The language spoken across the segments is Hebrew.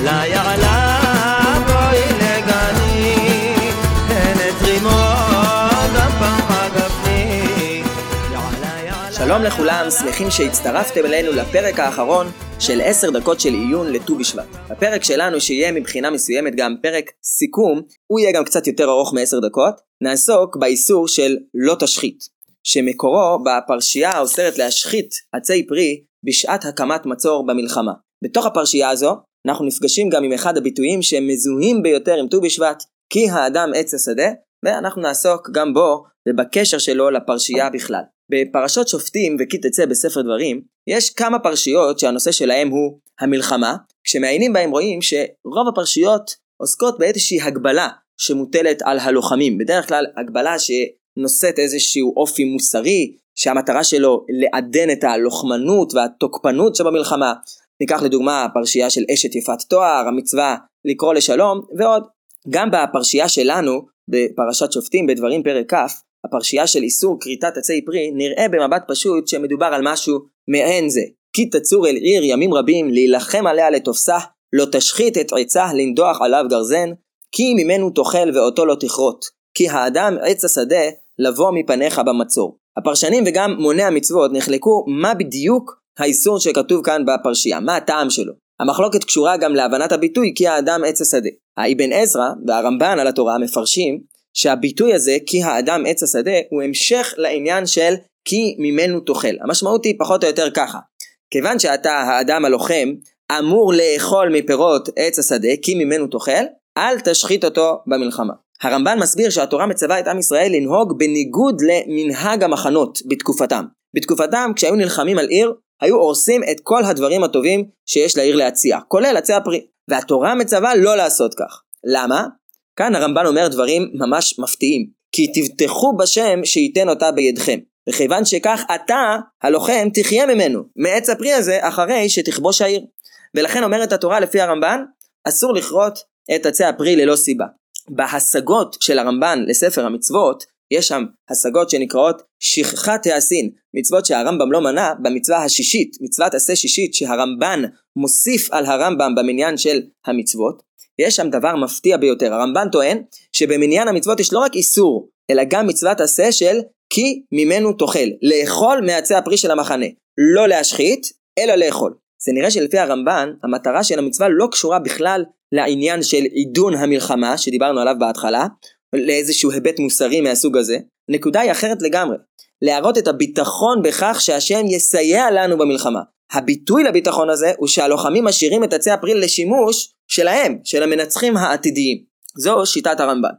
יעלה בואי לגני הנת רימון הפחד הפני. שלום לכולם, שמחים שהצטרפתם אלינו לפרק האחרון של 10 דקות של עיון לט"ו בשבט. הפרק שלנו, שיהיה מבחינה מסוימת גם פרק סיכום, הוא יהיה גם קצת יותר ארוך מ10 דקות. נעסוק באיסור של לא תשחית, שמקורו בפרשייה האוסרת להשחית עצי פרי בשעת הקמת מצור במלחמה. בתוך הפרשייה הזו אנחנו נפגשים גם עם אחד הביטויים שמזוהים ביותר עם ט"ו בשבט, כי האדם עץ השדה, ואנחנו נעסוק גם בו ובקשר שלו לפרשייה בכלל. בפרשות שופטים וכי תצא בספר דברים יש כמה פרשיות שהנושא שלהם הוא המלחמה. כשמעיינים בהם רואים שרוב הפרשיות עוסקות באיזושהי הגבלה שמוטלת על הלוחמים, בדרך כלל הגבלה שנושאת איזשהו אופי מוסרי, שהמטרה שלו לעדן את הלוחמנות והתוקפנות שבמלחמה. ניקח לדוגמה הפרשייה של אשת יפת תואר, המצווה לקרוא לשלום ועוד. גם בפרשייה שלנו בפרשת שופטים בדברים פרק כ', הפרשייה של איסור כריתת עצי פרי, נראה במבט פשוט שמדובר על משהו מעין זה. כי תצור אל עיר ימים רבים להילחם עליה לתופסה, לא תשחית את עצה לנדוח עליו גרזן, כי ממנו תאכל ואותו לא תכרות, כי האדם עץ השדה לבוא מפניך במצור. הפרשנים וגם מוני המצוות נחלקו מה בדיוק האיסור שכתוב כאן בפרשייה, מה הטעם שלו. המחלוקת קשורה גם להבנת הביטוי כי האדם עץ השדה. האבן עזרא והרמב"ן על התורה מפרשים שהביטוי הזה כי האדם עץ השדה הוא המשך לעניין של כי ממנו תאכל. המשמעות היא פחות או יותר ככה: כיוון שאתה האדם הלוחם אמור לאכול מפירות עץ השדה כי ממנו תאכל, אל תשחית אותו במלחמה. הרמב"ן מסביר שהתורה מצווה את עם ישראל לנהוג בניגוד למנהג המחנות בתקופתם. בתקופתם כשהיו נלחמים על עיר היו הורסים את כל הדברים הטובים שיש לעיר להציע, כולל עצי הפרי, והתורה מצווה לא לעשות כך. למה? כאן הרמב"ן אומר דברים ממש מפתיעים: כי תבטחו בשם שייתן אותה בידכם, וכיוון שכך אתה הלוחם תחיה ממנו, מעץ הפרי הזה, אחרי שתכבוש העיר. ולכן אומרת התורה לפי הרמב"ן, אסור לכרות את עצי הפרי ללא סיבה. בהשגות של הרמב"ן לספר המצוות יש שם השגות שנקראות שכחת העשין, מצוות שהרמב"ם לא מנה. במצווה השישית, מצוות עשה שישית שהרמב"ן מוסיף על הרמב"ם במניין של המצוות, יש שם דבר מפתיע ביותר. הרמב"ן טוען שבמניין המצוות יש לא רק איסור, אלא גם מצוות עשה של כי ממנו תאכל, לאכול מעצי הפרי של המחנה, לא להשחית אלא לאכול. זה נראה שלפי הרמב"ן המטרה של המצווה לא קשורה בכלל לעניין של עידון המלחמה שדיברנו עליו בהתחלה, לאיזשהו היבט מוסרי מהסוג הזה. נקודה היא אחרת לגמרי: להראות את הביטחון בכך שהשם יסייע לנו במלחמה. הביטוי לביטחון הזה הוא שהלוחמים משאירים את עצי הפרי לשימוש שלהם, של המנצחים העתידיים. זו שיטת הרמב"ן.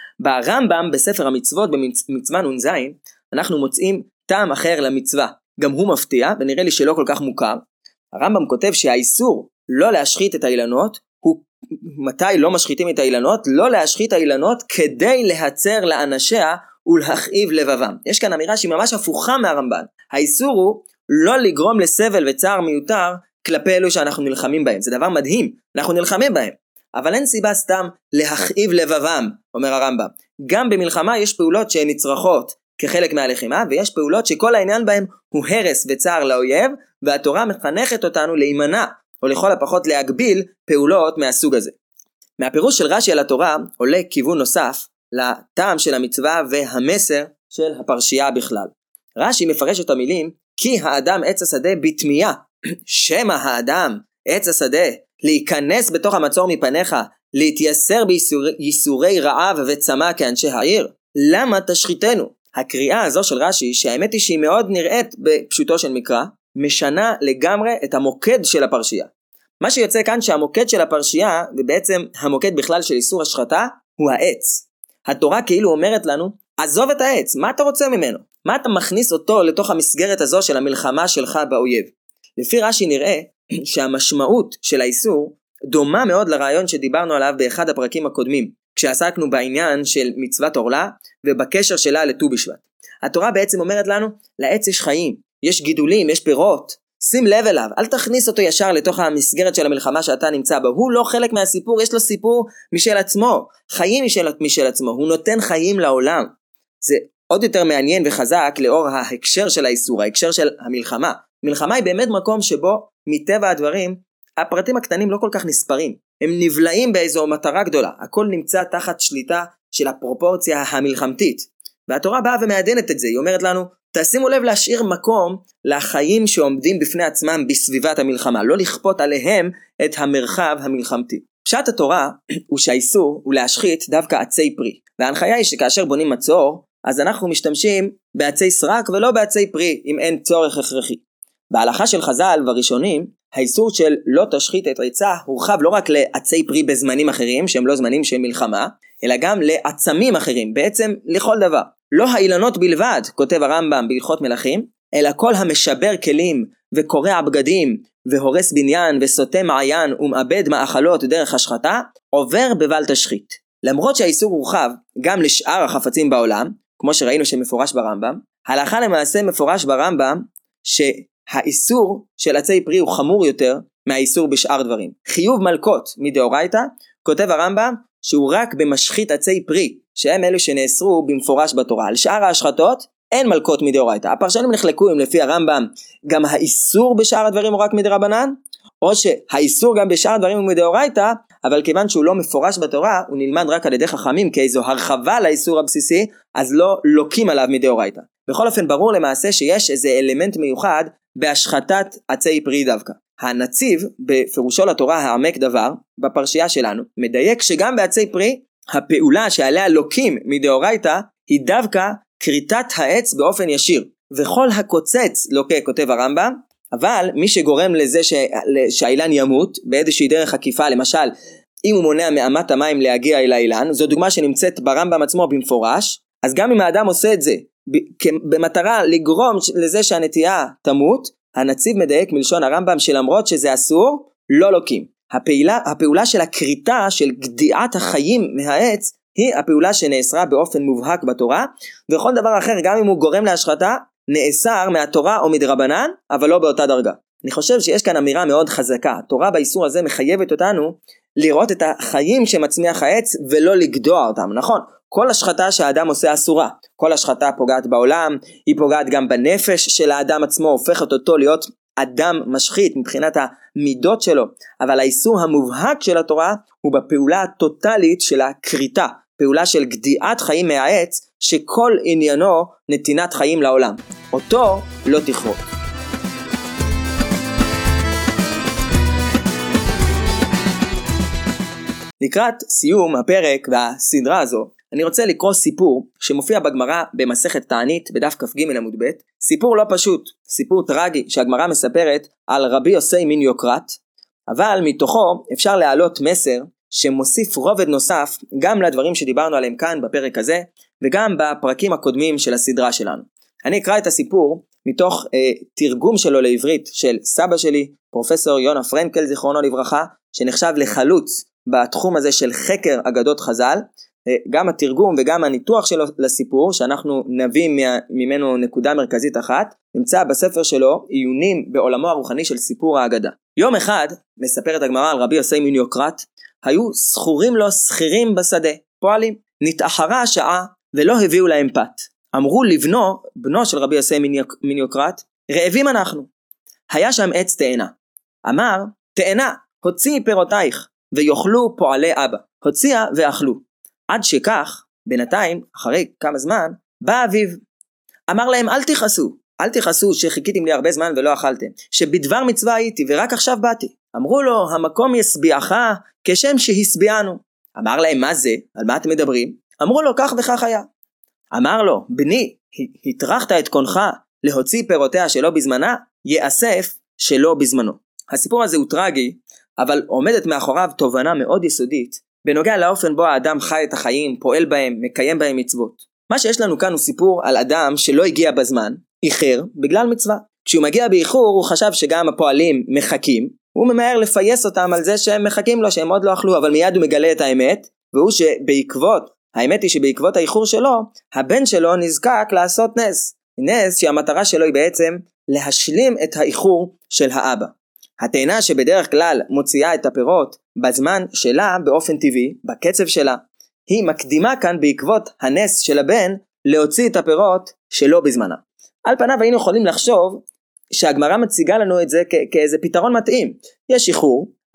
ברמב"ם בספר המצוות במצווה נ"ז אנחנו מוצאים טעם אחר למצווה, גם הוא מפתיע ונראה לי שלא כל כך מוכר. הרמב"ם כותב שהאיסור לא להשחית את האילנות הוא מתי לא משחיתים את האילנות? לא להשחית האילנות כדי להצר לאנשיה ולהכאיב לבבם. יש כאן אמירה שהיא ממש הפוכה מהרמב"ן. האיסור הוא לא לגרום לסבל וצער מיותר כלפי אלו שאנחנו נלחמים בהם. זה דבר מדהים, אנחנו נלחמים בהם, אבל אין סיבה סתם להכאיב לבבם, אומר הרמב"ם. גם במלחמה יש פעולות שהן נצרכות כחלק מהלחימה, ויש פעולות שכל העניין בהם הוא הרס וצער לאויב, והתורה מחנכת אותנו להימנע, או לכל הפחות להגביל פעולות מהסוג הזה. מהפירוש של רש"י על התורה עולה כיוון נוסף לטעם של המצווה והמסר של הפרשייה בכלל. רש"י מפרש את המילים כי האדם עץ השדה בתמיהה, שמא האדם עץ השדה להיכנס בתוך המצור מפניך, להתייסר בייסורי רעב וצמא כאנשי העיר, למה תשחיתנו? הקריאה הזו של רש"י, שהאמת היא שהיא מאוד נראית בפשוטו של מקרא, משנה לגמרי את המוקד של הפרשייה. מה שיוצא כאן שהמוקד של הפרשייה, ובעצם המוקד בכלל של איסור השחתה, הוא העץ. התורה כאילו אומרת לנו, עזוב את העץ, מה אתה רוצה ממנו? מה אתה מכניס אותו לתוך המסגרת הזו של המלחמה שלך באויב? לפי רש"י נראה שהמשמעות של האיסור דומה מאוד לרעיון שדיברנו עליו באחד הפרקים הקודמים, כשעסקנו בעניין של מצוות עורלה ובקשר שלה לט"ו בשבט. התורה בעצם אומרת לנו, לעץ יש חיים, יש גידולים, יש פירות, שים לב אליו, אל תכניס אותו ישר לתוך המסגרת של המלחמה שאתה נמצא בה. הוא לא חלק מהסיפור, יש לו סיפור משל עצמו, חיים משל עצמו, הוא נותן חיים לעולם. זה עוד יותר מעניין וחזק לאור ההקשר של האיסור, ההקשר של המלחמה. מלחמה היא באמת מקום שבו מטבע הדברים הפרטים הקטנים לא כל כך נספרים. הם נבלעים באיזו מטרה גדולה, הכל נמצא תחת שליטה של הפרופורציה המלחמתית, והתורה באה ומעדנת את זה, היא אומרת לנו, תשימו לב להשאיר מקום לחיים שעומדים בפני עצמם בסביבת המלחמה, לא לכפות עליהם את המרחב המלחמתי. פשט התורה הוא שהאיסור הוא להשחית דווקא עצי פרי, וההנחיה היא שכאשר בונים מצור, אז אנחנו משתמשים בעצי סרק ולא בעצי פרי, אם אין צורך הכרחי. בהלכה של חז"ל והראשונים, האיסור של לא תשחית את עצה הורחב לא רק לעצי פרי בזמנים אחרים, שהם לא זמנים של מלחמה, אלא גם לעצמים אחרים, בעצם לכל דבר. לא האילנות בלבד, כותב הרמב"ם בהלכות מלכים, אלא כל המשבר כלים וקורע בגדים והורס בניין וסוטה מעיין ומאבד מאכלות דרך השחתה, עובר בבל תשחית. למרות שהאיסור הורחב גם לשאר החפצים בעולם, כמו שראינו שמפורש ברמב"ם, הלכה למעשה מפורש ברמב"ם שהאיסור של עצי פרי הוא חמור יותר מהאיסור בשאר דברים. חיוב מלקות מדאורייתא, כותב הרמב"ם שהוא רק במשחית עצי פרי, שהם אלו שנאסרו במפורש בתורה. על שאר ההשחתות אין מלקות מדאורייתא. הפרשנים נחלקו אם לפי הרמב"ם גם האיסור בשאר הדברים הוא רק מדרבנן, או שהאיסור גם בשאר הדברים הוא מדאורייתא, אבל כיוון שהוא לא מפורש בתורה, הוא נלמד רק על ידי חכמים כאיזו הרחבה לאיסור הבסיסי, אז לא לוקים עליו מדאורייתא. בכל אופן ברור למעשה שיש איזה אלמנט מיוחד בהשחתת עצי פרי דווקא. הנציב בפירושו לתורה העמק דבר, בפרשייה שלנו, מדייק שגם בעצי פרי, הפעולה שעליה לוקים מדאורייתא, היא דווקא כריתת העץ באופן ישיר. וכל הקוצץ לוקה, כותב הרמב"ם, אבל מי שגורם לזה שהאילן ימות, באיזושהי דרך עקיפה, למשל, אם הוא מונע מאמת המים להגיע אל האילן, זו דוגמה שנמצאת ברמב"ם עצמו במפורש, אז גם אם האדם עושה את זה, במטרה לגרום לזה שהנטייה תמות, הנציב מדייק מלשון הרמב"ם שלמרות שזה אסור, לא לוקים. הפעולה של הקריטה, של גדיעת החיים מהעץ, היא הפעולה שנאסרה באופן מובהק בתורה, וכל דבר אחר, גם אם הוא גורם להשחתה, נאסר מהתורה או מדרבנן, אבל לא באותה דרגה. אני חושב שיש כאן אמירה מאוד חזקה. התורה באיסור הזה מחייבת אותנו לראות את החיים שמצמיח העץ ולא לגדוע אותם, נכון? כל השחתה שהאדם עושה אסורה. כל השחתה פוגעת בעולם, היא פוגעת גם בנפש של האדם עצמו, הופכת אותו להיות אדם משחית מבחינת המידות שלו. אבל האיסור המובהק של התורה הוא בפעולה הטוטלית של הקריטה, פעולה של גדיעת חיים מהעץ, שכל עניינו נתינת חיים לעולם. אותו לא תכרות. לקראת סיום הפרק והסדרה הזו, אני רוצה לקרוא סיפור שמופיע בגמרא במסכת תענית בדף כ"ג עמוד ב', סיפור לא פשוט, סיפור טרגי שהגמרא מספרת על רבי יוסי מן יוקרת, אבל מתוכו אפשר להעלות מסר שמוסיף רובד נוסף גם לדברים שדיברנו עליהם כאן בפרק הזה, וגם בפרקים הקודמים של הסדרה שלנו. אני אקרא את הסיפור מתוך תרגום שלו לעברית של סבא שלי, פרופסור יונה פרנקל זיכרונו לברכה, שנחשב לחלוץ בתחום הזה של חקר אגדות חז"ל. גם התרגום וגם הניתוח שלו לסיפור, שאנחנו נביא ממנו נקודה מרכזית אחת, נמצא בספר שלו עיונים בעולמו הרוחני של סיפור האגדה. יום אחד, מספרת הגמרא על רבי יוסי מן יוקרת, היו סחורים לו שכירים בשדה, פועלים. נתאחרה השעה ולא הביאו להם פת. אמרו לבנו, בנו של רבי יוסי מן יוקרת, רעבים אנחנו. היה שם עץ תאנה. אמר, תאנה, הוציאי פירותייך, ויאכלו פועלי אבא. הוציאה ואכלו. עד שכך, בינתיים, אחרי כמה זמן, בא אביו. אמר להם, אל תכעסו שחיכיתם לי הרבה זמן ולא אכלתם, שבדבר מצווה הייתי ורק עכשיו באתי. אמרו לו, המקום יסביעך כשם שהסביענו. אמר להם, מה זה? על מה אתם מדברים? אמרו לו, כך וכך היה. אמר לו, בני, הטרחת את קונך להוציא פירותיה שלא בזמנה, יאסף שלא בזמנו. הסיפור הזה הוא טרגי, אבל עומדת מאחוריו תובנה מאוד יסודית, בנוגע לאופן בו האדם חי את החיים, פועל בהם, מקיים בהם מצוות. מה שיש לנו כאן הוא סיפור על אדם שלא הגיע בזמן, איחר בגלל מצווה. כשהוא מגיע באיחור הוא חשב שגם הפועלים מחכים, הוא ממהר לפייס אותם על זה שהם מחכים לו, שהם עוד לא אכלו, אבל מיד הוא מגלה את האמת, והוא האמת היא שבעקבות האיחור שלו, הבן שלו נזקק לעשות נס שהמטרה שלו היא בעצם להשלים את האיחור של האבא. התאנה שבדרך כלל מוציאה את הפירות בזמן שלה באופן טבעי, בקצב שלה, היא מקדימה כאן בעקבות הנס של הבן להוציא את הפירות שלא בזמנה. על פניו היינו יכולים לחשוב שהגמרא מציגה לנו את זה כאיזה פתרון מתאים. יש איחור,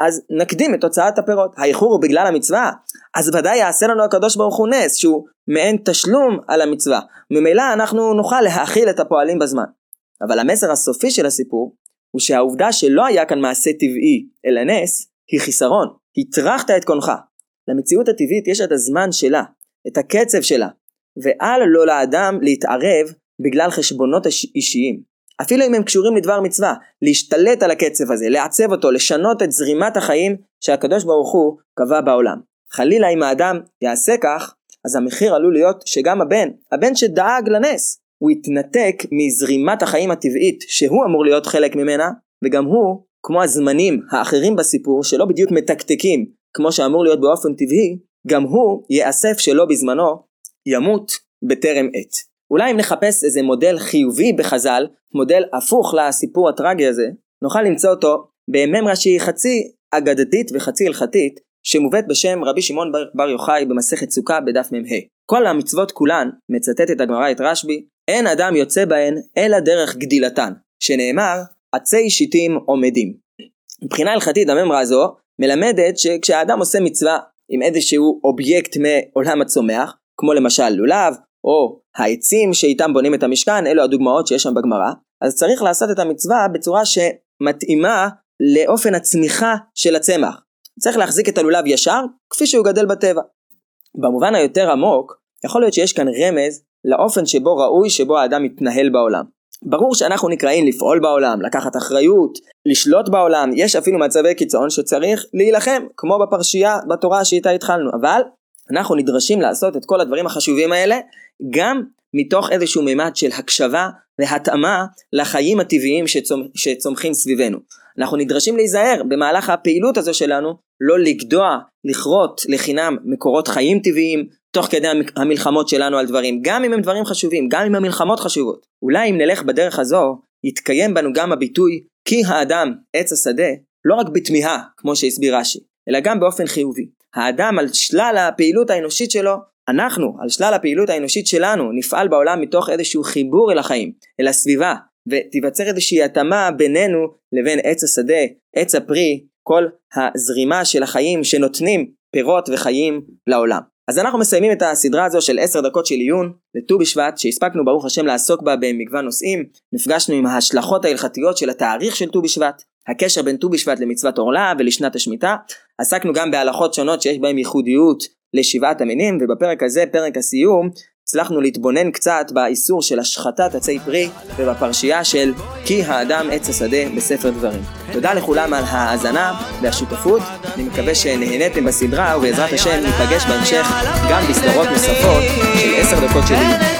אז נקדים את תוצאת הפירות. האיחור הוא בגלל המצווה, אז ודאי יעשה לנו הקדוש ברוך הוא נס, שהוא מעין תשלום על המצווה. ממילא אנחנו נוכל להאכיל את הפועלים בזמן. אבל המסר הסופי של הסיפור, הוא שהעובדה שלא היה כאן מעשה טבעי אלא נס, היא חיסרון. התרחת את קונך. למציאות הטבעית יש את הזמן שלה, את הקצב שלה, ואל לא לאדם להתערב בגלל חשבונות אישיים. אפילו אם הם קשורים לדבר מצווה, להשתלט על הקצב הזה, לעצב אותו, לשנות את זרימת החיים שהקדוש ברוך הוא קבע בעולם. חלילה אם האדם יעשה כך, אז המחיר עלול להיות שגם הבן שדאג לנס, הוא יתנתק מזרימת החיים הטבעית שהוא אמור להיות חלק ממנה, וגם הוא, כמו הזמנים האחרים בסיפור שלא בדיוק מתקתקים כמו שאמור להיות באופן טבעי, גם הוא יאסף שלא בזמנו, ימות בטרם עת. אולי אם נחפש איזה מודל חיובי בחז"ל, מודל הפוך לסיפור הטרגי הזה, נוכל למצוא אותו בממרה שהיא חצי אגדתית וחצי הלכתית, שמובאת בשם רבי שמעון בר יוחאי במסכת סוכה בדף מ"ה. כל המצוות כולן, מצטטת הגמרא את רשב"י, אין אדם יוצא בהן אלא דרך גדילתן, שנאמר עצי שיטים עומדים. מבחינה הלכתית הממרה הזו מלמדת שכשהאדם עושה מצווה עם איזשהו אובייקט מעולם הצומח, כמו למשל לולב או העצים שאיתם בונים את המשכן, אלו הדוגמאות שיש שם בגמרא, אז צריך לעשות את המצווה בצורה שמתאימה לאופן הצמיחה של הצמח. צריך להחזיק את הלולב ישר כפי שהוא גדל בטבע. במובן היותר עמוק, יכול להיות שיש כאן רמז לאופן שבו ראוי שבו האדם מתנהל בעולם. ברור שאנחנו נקראים לפעול בעולם, לקחת אחריות, לשלוט בעולם, יש אפילו מצבי קיצון שצריך להילחם, כמו בפרשייה בתורה שאיתה התחלנו, אבל אנחנו נדרשים לעשות את כל הדברים החשובים האלה, גם מתוך איזשהו מימד של הקשבה והתאמה לחיים הטבעיים שצומחים סביבנו. אנחנו נדרשים להיזהר במהלך הפעילות הזו שלנו, לא לגדוע, לכרות לחינם מקורות חיים טבעיים, תוך כדי המלחמות שלנו על דברים, גם אם הם דברים חשובים, גם אם המלחמות חשובות. אולי אם נלך בדרך הזו, יתקיים בנו גם הביטוי, כי האדם עץ השדה, לא רק בתמיהה, כמו שהסביר רש"י, אלא גם באופן חיובי. האדם על שלל הפעילות האנושית שלו, אנחנו על שלל הפעילות האנושית שלנו, נפעל בעולם מתוך איזשהו חיבור אל החיים, אל הסביבה, ותיווצר איזושהי התאמה בינינו לבין עץ השדה, עץ הפרי, כל הזרימה של החיים שנותנים פירות וחיים לעולם. אז אנחנו מסיימים את הסדרה הזו של 10 דקות של עיון לט"ו בשבט, שהספקנו ברוך השם לעסוק בה במגוון נושאים. נפגשנו עם ההשלכות ההלכתיות של התאריך של ט"ו בשבט, הקשר בין ט"ו בשבט למצוות עורלה ולשנת השמיטה. עסקנו גם בהלכות שונות שיש בהן ייחודיות לשבעת המינים, ובפרק הזה, פרק הסיום, הצלחנו להתבונן קצת באיסור של השחתת עצי פרי ובפרשייה של כי האדם עץ השדה בספר דברים. תודה לכולם על ההאזנה והשותפות, אני מקווה שנהניתם בסדרה, ובעזרת השם ניפגש בהמשך גם בסדרות נוספות של 10 דקות של עיון.